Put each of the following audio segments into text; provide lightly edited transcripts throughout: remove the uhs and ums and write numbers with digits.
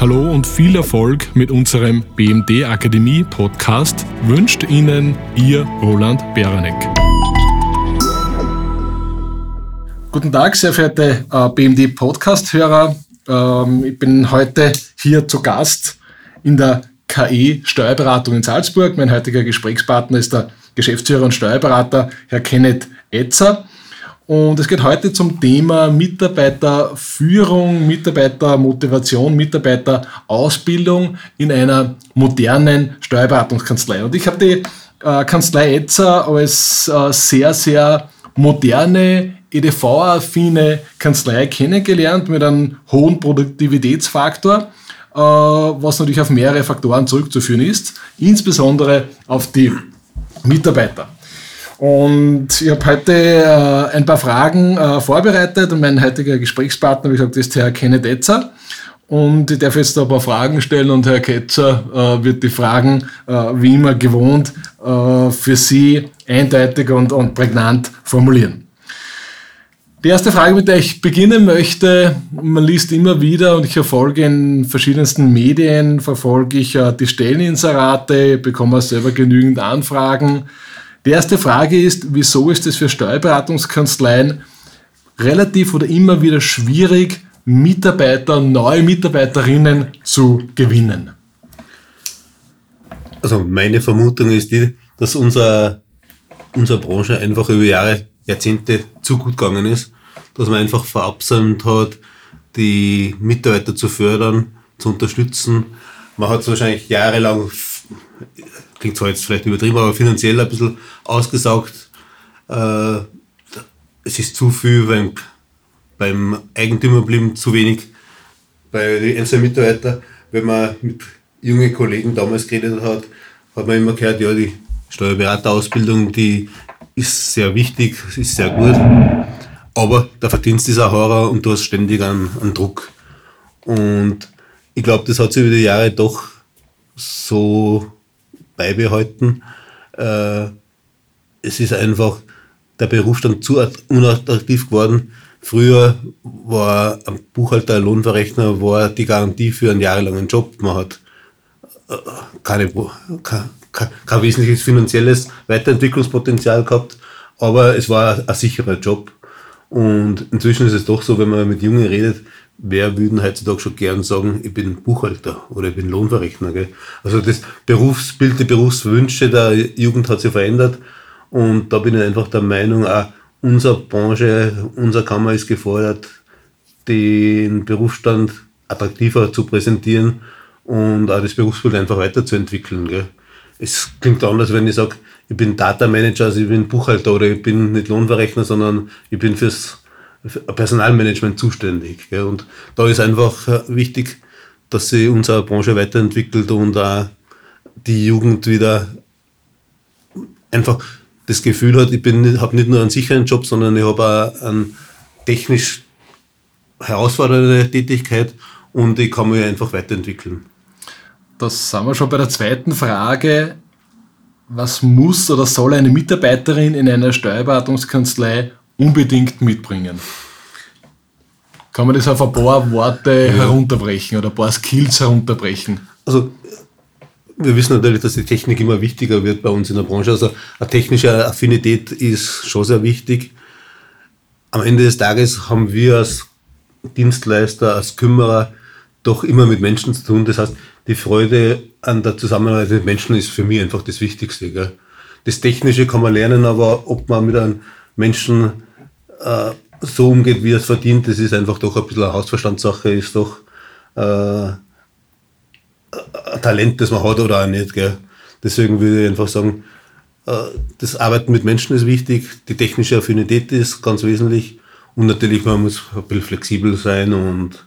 Hallo und viel Erfolg mit unserem BMD Akademie Podcast wünscht Ihnen Ihr Roland Beranek. Guten Tag, sehr verehrte BMD Podcast-Hörer. Ich bin heute hier zu Gast in der KE Steuerberatung in Salzburg. Mein heutiger Gesprächspartner ist der Geschäftsführer und Steuerberater Herr Kenneth Etzer. Und es geht heute zum Thema Mitarbeiterführung, Mitarbeitermotivation, Mitarbeiterausbildung in einer modernen Steuerberatungskanzlei. Und ich habe die Kanzlei Etzer als sehr, sehr moderne, EDV-affine Kanzlei kennengelernt mit einem hohen Produktivitätsfaktor, was natürlich auf mehrere Faktoren zurückzuführen ist, insbesondere auf die Mitarbeiter. Und ich habe heute ein paar Fragen vorbereitet und mein heutiger Gesprächspartner, wie gesagt, ist Herr Kenneth Etzer. Und ich darf jetzt ein paar Fragen stellen und Herr Etzer wird die Fragen, wie immer gewohnt, für Sie eindeutig und prägnant formulieren. Die erste Frage, mit der ich beginnen möchte, man liest immer wieder und ich verfolge in verschiedensten Medien, verfolge ich die Stelleninserate, bekomme selber genügend Anfragen. Die erste Frage ist, wieso ist es für Steuerberatungskanzleien relativ oder immer wieder schwierig, Mitarbeiter, neue Mitarbeiterinnen zu gewinnen? Also meine Vermutung ist die, dass unsere Branche einfach über Jahre, Jahrzehnte zu gut gegangen ist, dass man einfach verabsäumt hat, die Mitarbeiter zu fördern, zu unterstützen. Man hat es wahrscheinlich jahrelang, klingt zwar jetzt vielleicht übertrieben, aber finanziell ein bisschen ausgesaugt. Es ist zu viel beim Eigentümer blieben, zu wenig bei den einzelnen Mitarbeitern. Wenn man mit jungen Kollegen damals geredet hat, hat man immer gehört, ja, die Steuerberaterausbildung, die ist sehr wichtig, ist sehr gut, aber der Verdienst ist auch Horror und du hast ständig einen Druck. Und ich glaube, das hat sich über die Jahre doch so beibehalten. Es ist einfach der Berufsstand zu unattraktiv geworden. Früher war ein Buchhalter, ein Lohnverrechner, war die Garantie für einen jahrelangen Job. Man hat kein wesentliches finanzielles Weiterentwicklungspotenzial gehabt, aber es war ein sicherer Job. Und inzwischen ist es doch so, wenn man mit Jungen redet, wer würde heutzutage schon gern sagen, ich bin Buchhalter oder ich bin Lohnverrechner. Gell? Also das Berufsbild, die Berufswünsche der Jugend hat sich verändert und da bin ich einfach der Meinung, auch unsere Branche, unsere Kammer ist gefordert, den Berufsstand attraktiver zu präsentieren und auch das Berufsbild einfach weiterzuentwickeln. Gell? Es klingt anders, wenn ich sage, ich bin Data Manager, also ich bin Buchhalter oder ich bin nicht Lohnverrechner, sondern ich bin fürs Personalmanagement zuständig. Gell? Und da ist einfach wichtig, dass sich unsere Branche weiterentwickelt und auch die Jugend wieder einfach das Gefühl hat, ich habe nicht nur einen sicheren Job, sondern ich habe auch eine technisch herausfordernde Tätigkeit und ich kann mich einfach weiterentwickeln. Das sind wir schon bei der zweiten Frage. Was muss oder soll eine Mitarbeiterin in einer Steuerberatungskanzlei unbedingt mitbringen? Kann man das auf ein paar Worte herunterbrechen oder ein paar Skills herunterbrechen? Also wir wissen natürlich, dass die Technik immer wichtiger wird bei uns in der Branche. Also eine technische Affinität ist schon sehr wichtig. Am Ende des Tages haben wir als Dienstleister, als Kümmerer doch immer mit Menschen zu tun. Das heißt, die Freude an der Zusammenarbeit mit Menschen ist für mich einfach das Wichtigste. Gell? Das Technische kann man lernen, aber ob man mit einem Menschen so umgeht, wie er es verdient, das ist einfach doch ein bisschen eine Hausverstandssache, ist doch ein Talent, das man hat oder auch nicht. Gell? Deswegen würde ich einfach sagen, das Arbeiten mit Menschen ist wichtig, die technische Affinität ist ganz wesentlich und natürlich, man muss ein bisschen flexibel sein und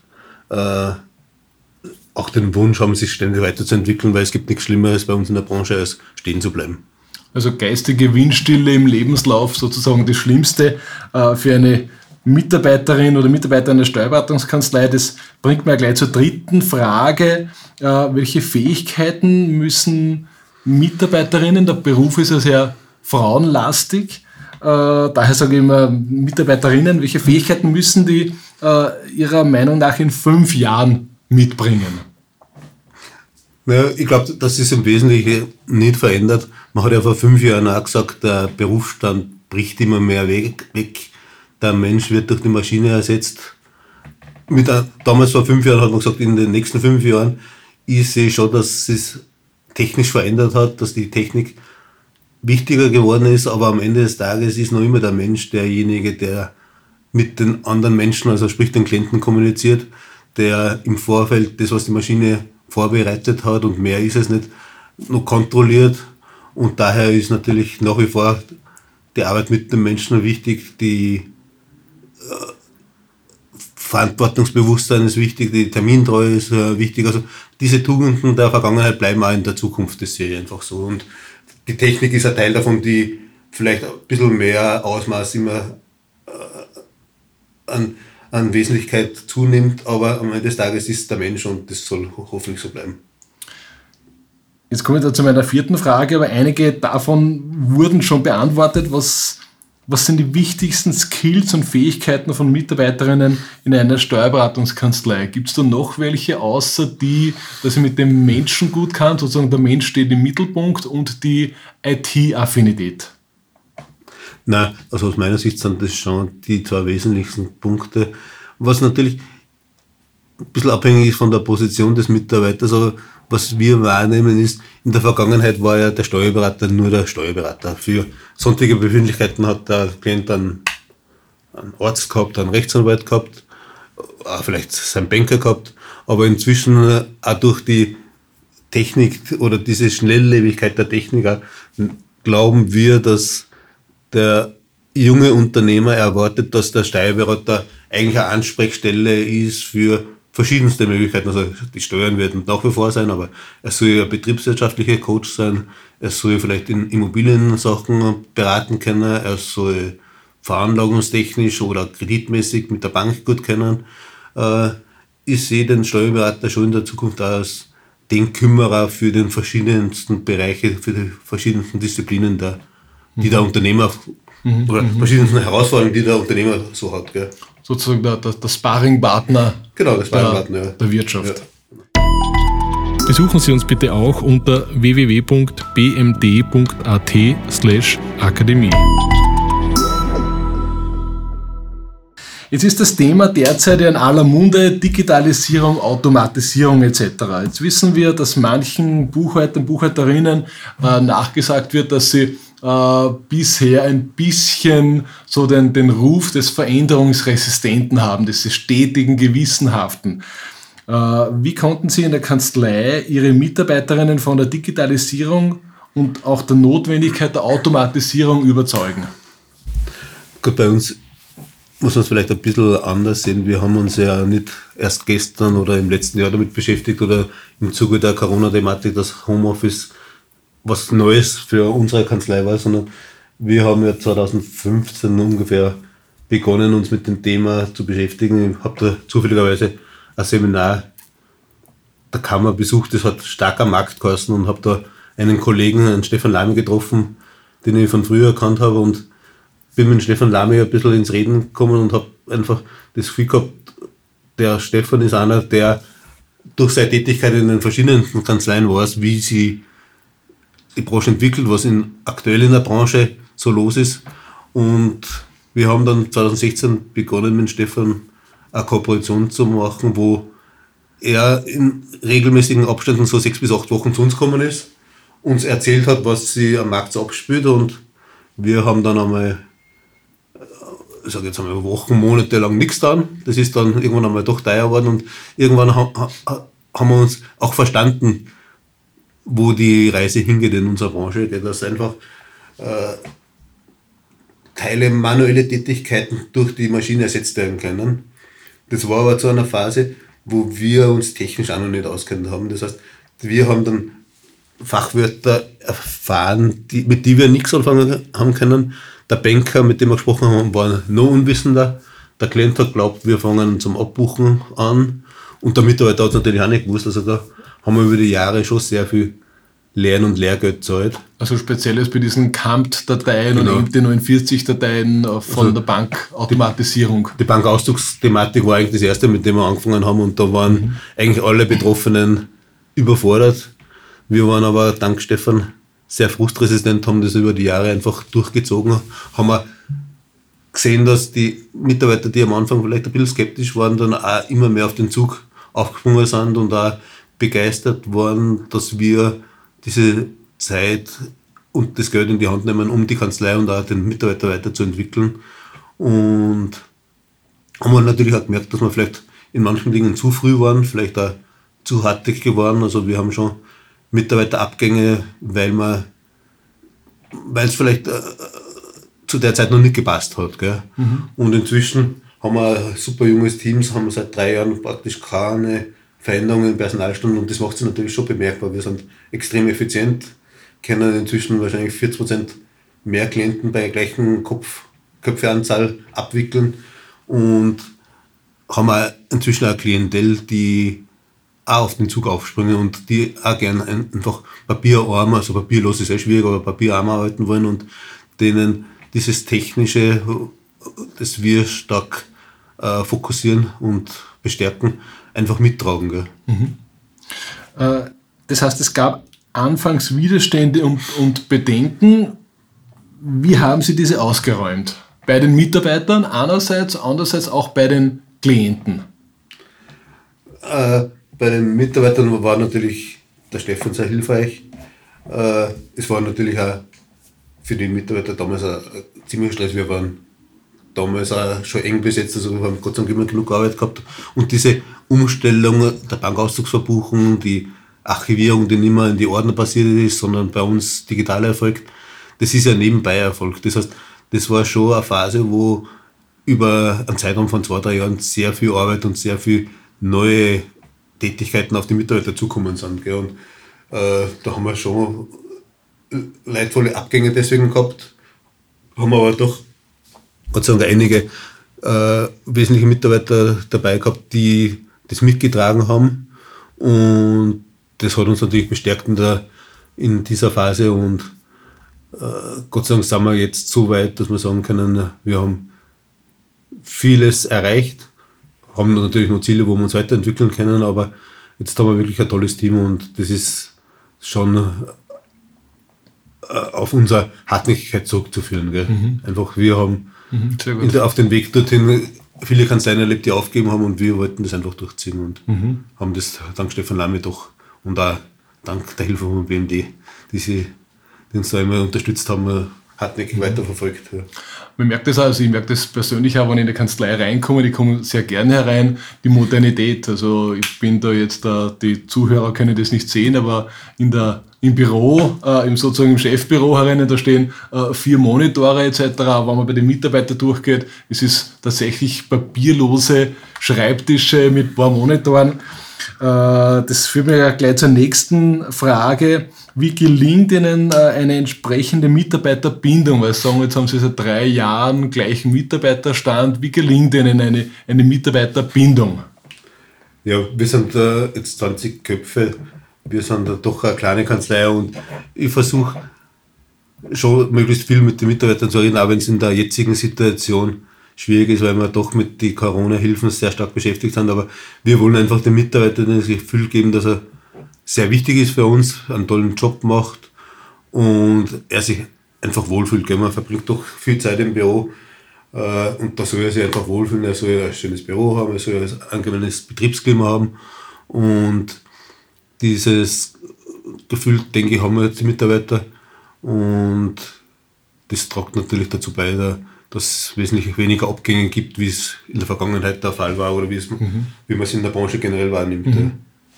auch den Wunsch haben, sich ständig weiterzuentwickeln, weil es gibt nichts Schlimmeres bei uns in der Branche, als stehen zu bleiben. Also geistige Windstille im Lebenslauf sozusagen das Schlimmste für eine Mitarbeiterin oder Mitarbeiter einer Steuerberatungskanzlei. Das bringt mir gleich zur dritten Frage. Welche Fähigkeiten müssen Mitarbeiterinnen, der Beruf ist ja sehr frauenlastig, daher sage ich immer Mitarbeiterinnen, welche Fähigkeiten müssen die Ihrer Meinung nach in 5 Jahren mitbringen? Naja, ich glaube, das ist im Wesentlichen nicht verändert. Man hat ja vor 5 Jahren auch gesagt, der Berufsstand bricht immer mehr weg. Der Mensch wird durch die Maschine ersetzt. Damals vor 5 Jahren hat man gesagt, in den nächsten 5 Jahren, ich sehe schon, dass es technisch verändert hat, dass die Technik wichtiger geworden ist, aber am Ende des Tages ist noch immer der Mensch derjenige, der mit den anderen Menschen, also sprich den Klienten, kommuniziert, der im Vorfeld das, was die Maschine vorbereitet hat, und mehr ist es nicht, noch kontrolliert. Und daher ist natürlich nach wie vor die Arbeit mit den Menschen wichtig, die Verantwortungsbewusstsein ist wichtig, die Termintreue ist wichtig. Also diese Tugenden der Vergangenheit bleiben auch in der Zukunft, das sehe ich einfach so. Und die Technik ist ein Teil davon, die vielleicht ein bisschen mehr Ausmaß immer an Wesentlichkeit zunimmt, aber am Ende des Tages ist der Mensch und das soll hoffentlich so bleiben. Jetzt komme ich da zu meiner 4. Frage, aber einige davon wurden schon beantwortet. Was sind die wichtigsten Skills und Fähigkeiten von Mitarbeiterinnen in einer Steuerberatungskanzlei? Gibt es da noch welche, außer die, dass ich mit dem Menschen gut kann, sozusagen der Mensch steht im Mittelpunkt, und die IT-Affinität? Nein, also aus meiner Sicht sind das schon die 2 wesentlichsten Punkte. Was natürlich ein bisschen abhängig ist von der Position des Mitarbeiters, aber was wir wahrnehmen ist, in der Vergangenheit war ja der Steuerberater nur der Steuerberater. Für sonstige Befindlichkeiten hat der Klient einen Arzt gehabt, einen Rechtsanwalt gehabt, auch vielleicht seinen Banker gehabt, aber inzwischen auch durch die Technik oder diese Schnelllebigkeit der Technik glauben wir, dass der junge Unternehmer erwartet, dass der Steuerberater eigentlich eine Ansprechstelle ist für verschiedenste Möglichkeiten. Also die Steuern werden nach wie vor sein, aber er soll ja betriebswirtschaftlicher Coach sein, er soll vielleicht in Immobiliensachen beraten können, er soll veranlagungstechnisch oder kreditmäßig mit der Bank gut kennen. Ich sehe den Steuerberater schon in der Zukunft als den Kümmerer für den verschiedensten Bereiche, für die verschiedensten Disziplinen, die der Unternehmer oder verschiedensten Herausforderungen, die der Unternehmer so hat. Gell. Sozusagen der Sparringpartner, genau, der Wirtschaft. Ja. Besuchen Sie uns bitte auch unter www.bmd.at/akademie. Jetzt ist das Thema derzeit in aller Munde: Digitalisierung, Automatisierung etc. Jetzt wissen wir, dass manchen Buchhaltern, Buchhalterinnen nachgesagt wird, dass sie bisher ein bisschen so den Ruf des Veränderungsresistenten haben, des stetigen Gewissenhaften. Wie konnten Sie in der Kanzlei Ihre Mitarbeiterinnen von der Digitalisierung und auch der Notwendigkeit der Automatisierung überzeugen? Gut, bei uns muss man es vielleicht ein bisschen anders sehen. Wir haben uns ja nicht erst gestern oder im letzten Jahr damit beschäftigt oder im Zuge der Corona-Thematik, dass Homeoffice was Neues für unsere Kanzlei war, sondern wir haben ja 2015 ungefähr begonnen, uns mit dem Thema zu beschäftigen. Ich habe da zufälligerweise ein Seminar der Kammer besucht, das hat starker Markt geheißen, und habe da einen Kollegen, einen Stefan Lamy, getroffen, den ich von früher erkannt habe, und bin mit Stefan Lamy ein bisschen ins Reden gekommen und habe einfach das Gefühl gehabt, der Stefan ist einer, der durch seine Tätigkeit in den verschiedenen Kanzleien weiß, wie sie die Branche entwickelt, was aktuell in der Branche so los ist. Und wir haben dann 2016 begonnen, mit Stefan eine Kooperation zu machen, wo er in regelmäßigen Abständen, so 6 bis 8 Wochen, zu uns gekommen ist, uns erzählt hat, was sie am Markt so abspielt, und wir haben dann einmal, ich sage jetzt einmal, Wochen, Monate lang nichts getan. Das ist dann irgendwann einmal doch teuer geworden, und irgendwann haben wir uns auch verstanden, wo die Reise hingeht in unserer Branche, dass einfach Teile manuelle Tätigkeiten durch die Maschine ersetzt werden können. Das war aber zu einer Phase, wo wir uns technisch auch noch nicht auskennt haben. Das heißt, wir haben dann Fachwörter erfahren, mit denen wir nichts anfangen haben können. Der Banker, mit dem wir gesprochen haben, war noch unwissender. Der Klient hat geglaubt, wir fangen zum Abbuchen an. Und der Mitarbeiter hat es natürlich auch nicht gewusst. Also da haben wir über die Jahre schon sehr viel Lern- und Lehrgeld gezahlt. Also speziell ist bei diesen CAMT-Dateien Genau. und MT49-Dateien von also der Bankautomatisierung. Die Bankauszugsthematik war eigentlich das erste, mit dem wir angefangen haben, und da waren eigentlich alle Betroffenen überfordert. Wir waren aber dank Stefan sehr frustresistent, haben das über die Jahre einfach durchgezogen, haben wir gesehen, dass die Mitarbeiter, die am Anfang vielleicht ein bisschen skeptisch waren, dann auch immer mehr auf den Zug aufgesprungen sind und auch begeistert waren, dass wir diese Zeit und das Geld in die Hand nehmen, um die Kanzlei und auch den Mitarbeiter weiterzuentwickeln. Und haben wir natürlich auch gemerkt, dass wir vielleicht in manchen Dingen zu früh waren, vielleicht auch zu hartnäckig geworden. Also wir haben schon Mitarbeiterabgänge, weil es vielleicht zu der Zeit noch nicht gepasst hat. Gell? Und inzwischen haben wir ein super junges Team, haben wir seit 3 Jahren praktisch keine Veränderungen im Personalstand und das macht sich natürlich schon bemerkbar. Wir sind extrem effizient, können inzwischen wahrscheinlich 40% mehr Klienten bei gleichen Köpfeanzahl abwickeln und haben auch inzwischen eine Klientel, die auch auf den Zug aufspringen und die auch gerne einfach papierarm, also papierlos ist schwierig, aber papierarm arbeiten wollen und denen dieses Technische, das wir stark fokussieren und bestärken, einfach mittragen. Gell? Das heißt, es gab anfangs Widerstände und Bedenken. Wie haben Sie diese ausgeräumt? Bei den Mitarbeitern einerseits, andererseits auch bei den Klienten? Bei den Mitarbeitern war natürlich der Stefan sehr hilfreich. Es war natürlich auch für die Mitarbeiter damals ein ziemlich Stress. Wir waren damals auch schon eng besetzt, also wir haben Gott sei Dank immer genug Arbeit gehabt. Und diese Umstellung der Bankauszugsverbuchung, die Archivierung, die nicht mehr in die Ordner passiert ist, sondern bei uns digital erfolgt, das ist ja nebenbei erfolgt. Das heißt, das war schon eine Phase, wo über einen Zeitraum von 2-3 Jahren sehr viel Arbeit und sehr viel neue Tätigkeiten auf die Mitarbeiter zukommen sind. Gell? Und da haben wir schon leidvolle Abgänge deswegen gehabt, haben aber doch Gott sei Dank einige wesentliche Mitarbeiter dabei gehabt, die das mitgetragen haben und das hat uns natürlich bestärkt in dieser Phase und Gott sei Dank sind wir jetzt so weit, dass wir sagen können, wir haben vieles erreicht, haben natürlich noch Ziele, wo wir uns weiterentwickeln können, aber jetzt haben wir wirklich ein tolles Team und das ist schon auf unsere Hartnäckigkeit zurückzuführen. Gell? Einfach, wir haben auf den Weg dorthin viele Kanzleien erlebt, die aufgegeben haben und wir wollten das einfach durchziehen und haben das dank Stefan Lamy doch und auch dank der Hilfe von BMD, die uns da immer unterstützt haben, hartnäckig weiterverfolgt. Ja. Man merkt das auch, also ich merke das persönlich auch, wenn ich in der Kanzlei reinkomme, ich komme sehr gerne herein, die Modernität. Also ich bin da jetzt, die Zuhörer können das nicht sehen, aber im Büro, sozusagen im Chefbüro herein, da stehen 4 Monitore etc. Wenn man bei den Mitarbeitern durchgeht, es ist tatsächlich papierlose Schreibtische mit ein paar Monitoren. Das führt mir ja gleich zur nächsten Frage. Wie gelingt Ihnen eine entsprechende Mitarbeiterbindung? Weil Sie sagen, jetzt haben Sie seit 3 Jahren gleichen Mitarbeiterstand. Wie gelingt Ihnen eine Mitarbeiterbindung? Ja, wir sind jetzt 20 Köpfe. Wir sind doch eine kleine Kanzlei und ich versuche schon möglichst viel mit den Mitarbeitern zu reden, auch wenn es in der jetzigen Situation schwierig ist, weil wir doch mit den Corona-Hilfen sehr stark beschäftigt sind. Aber wir wollen einfach den Mitarbeitern das Gefühl geben, dass er sehr wichtig ist für uns, einen tollen Job macht und er sich einfach wohlfühlt. Man verbringt doch viel Zeit im Büro und da soll er sich einfach wohlfühlen. Er soll ein schönes Büro haben, er soll ein angenehmes Betriebsklima haben und dieses Gefühl, denke ich, haben wir jetzt die Mitarbeiter und das trägt natürlich dazu bei, dass es wesentlich weniger Abgänge gibt, wie es in der Vergangenheit der Fall war oder wie man es in der Branche generell wahrnimmt. Ja.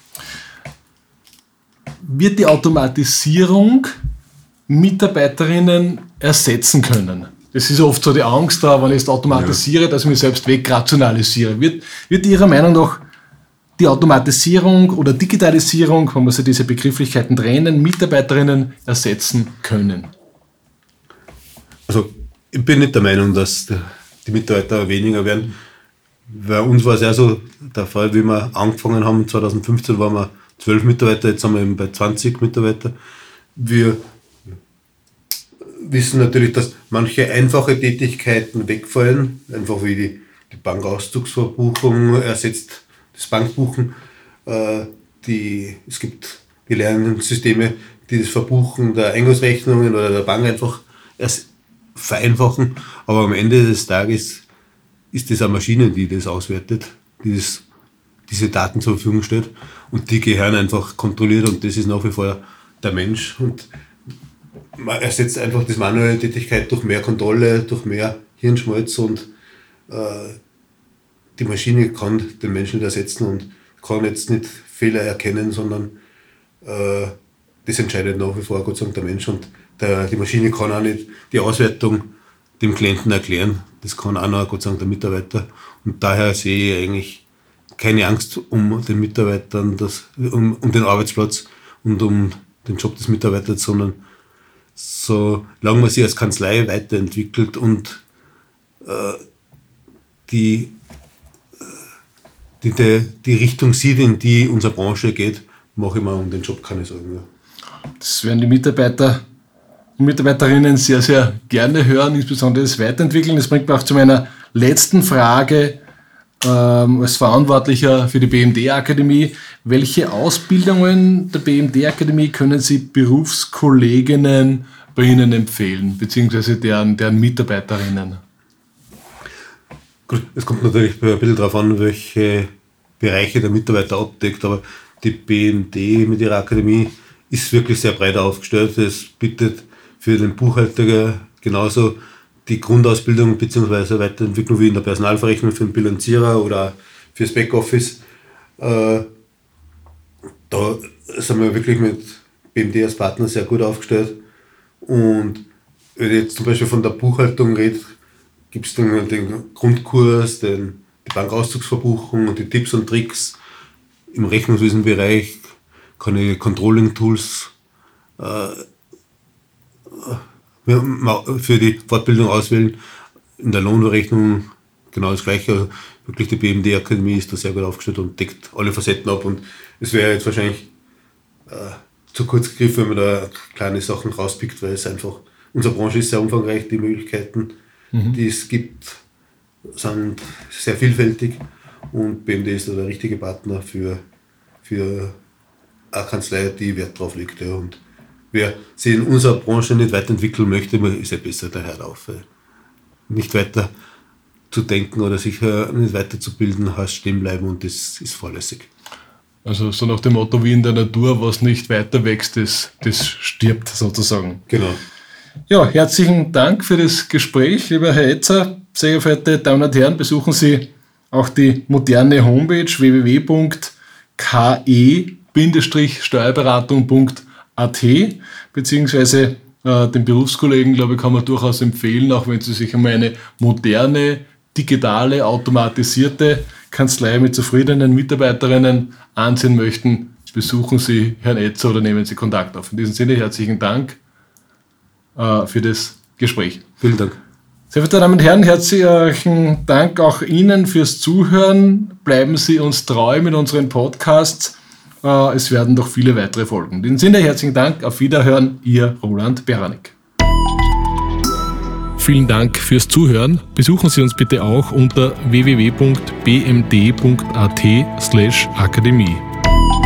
Wird die Automatisierung Mitarbeiterinnen ersetzen können? Das ist oft so die Angst da, wenn ich es automatisiere, dass ich mich selbst wegrationalisiere. Wird Ihrer Meinung nach die Automatisierung oder Digitalisierung, wenn wir so diese Begrifflichkeiten trennen, Mitarbeiterinnen ersetzen können? Also ich bin nicht der Meinung, dass die Mitarbeiter weniger werden. Bei uns war es ja so der Fall, wie wir angefangen haben, 2015 waren wir 12 Mitarbeiter, jetzt sind wir eben bei 20 Mitarbeiter. Wir wissen natürlich, dass manche einfache Tätigkeiten wegfallen, einfach wie die Bankauszugsverbuchung ersetzt das Bankbuchen. Es gibt die Lernsysteme, die das Verbuchen der Eingangsrechnungen oder der Bank einfach erst vereinfachen. Aber am Ende des Tages ist das eine Maschine, die das auswertet, die diese Daten zur Verfügung stellt und die gehören einfach kontrolliert und das ist nach wie vor der Mensch. Und man ersetzt einfach das manuelle Tätigkeit durch mehr Kontrolle, durch mehr Hirnschmalz und die Maschine kann den Menschen nicht ersetzen und kann jetzt nicht Fehler erkennen, sondern das entscheidet nach wie vor Gott sei Dank der Mensch und die Maschine kann auch nicht die Auswertung dem Klienten erklären. Das kann auch noch Gott sei Dank der Mitarbeiter und daher sehe ich eigentlich keine Angst um den Mitarbeitern, um den Arbeitsplatz und um den Job des Mitarbeiters, sondern solange man sich als Kanzlei weiterentwickelt und die Richtung sieht, in die unsere Branche geht, mache ich mir um den Job keine Sorgen mehr. Das werden die Mitarbeiter und Mitarbeiterinnen sehr, sehr gerne hören, insbesondere das Weiterentwickeln. Das bringt mich auch zu meiner letzten Frage. Als Verantwortlicher für die BMD-Akademie, welche Ausbildungen der BMD-Akademie können Sie Berufskolleginnen bei Ihnen empfehlen, beziehungsweise deren Mitarbeiterinnen? Gut, es kommt natürlich ein bisschen darauf an, welche Bereiche der Mitarbeiter abdeckt, aber die BMD mit ihrer Akademie ist wirklich sehr breit aufgestellt. Es bietet für den Buchhalter genauso die Grundausbildung bzw. Weiterentwicklung wie in der Personalverrechnung für den Bilanzierer oder fürs Backoffice. Da sind wir wirklich mit BMD als Partner sehr gut aufgestellt. Und wenn ich jetzt zum Beispiel von der Buchhaltung rede, gibt es dann den Grundkurs, die Bankauszugsverbuchung und die Tipps und Tricks. Im Rechnungswesenbereich kann ich Controlling-Tools für die Fortbildung auswählen. In der Lohnverrechnung genau das Gleiche. Also wirklich die BMD-Akademie ist da sehr gut aufgestellt und deckt alle Facetten ab. Und es wäre jetzt wahrscheinlich zu kurz gegriffen, wenn man da kleine Sachen rauspickt, weil es einfach, unsere Branche ist sehr umfangreich, die Möglichkeiten, die es gibt, sind sehr vielfältig und BMD ist da der richtige Partner für eine Kanzlei, die Wert drauf legt. Ja. Und wer sich in unserer Branche nicht weiterentwickeln möchte, ist ja besser, der hört auf. Nicht weiter zu denken oder sich nicht weiterzubilden, heißt stehen bleiben und das ist fahrlässig. Also so nach dem Motto wie in der Natur, was nicht weiter wächst, das stirbt sozusagen. Genau. Ja, herzlichen Dank für das Gespräch, lieber Herr Etzer. Sehr verehrte Damen und Herren, besuchen Sie auch die moderne Homepage www.ke-steuerberatung.at beziehungsweise den Berufskollegen, glaube ich, kann man durchaus empfehlen, auch wenn Sie sich einmal eine moderne, digitale, automatisierte Kanzlei mit zufriedenen Mitarbeiterinnen ansehen möchten, besuchen Sie Herrn Etzer oder nehmen Sie Kontakt auf. In diesem Sinne herzlichen Dank für das Gespräch. Vielen Dank. Sehr verehrte Damen und Herren, herzlichen Dank auch Ihnen fürs Zuhören. Bleiben Sie uns treu mit unseren Podcasts. Es werden noch viele weitere folgen. In diesem Sinne herzlichen Dank, auf Wiederhören, Ihr Roland Beranek. Vielen Dank fürs Zuhören. Besuchen Sie uns bitte auch unter www.bmd.at/akademie.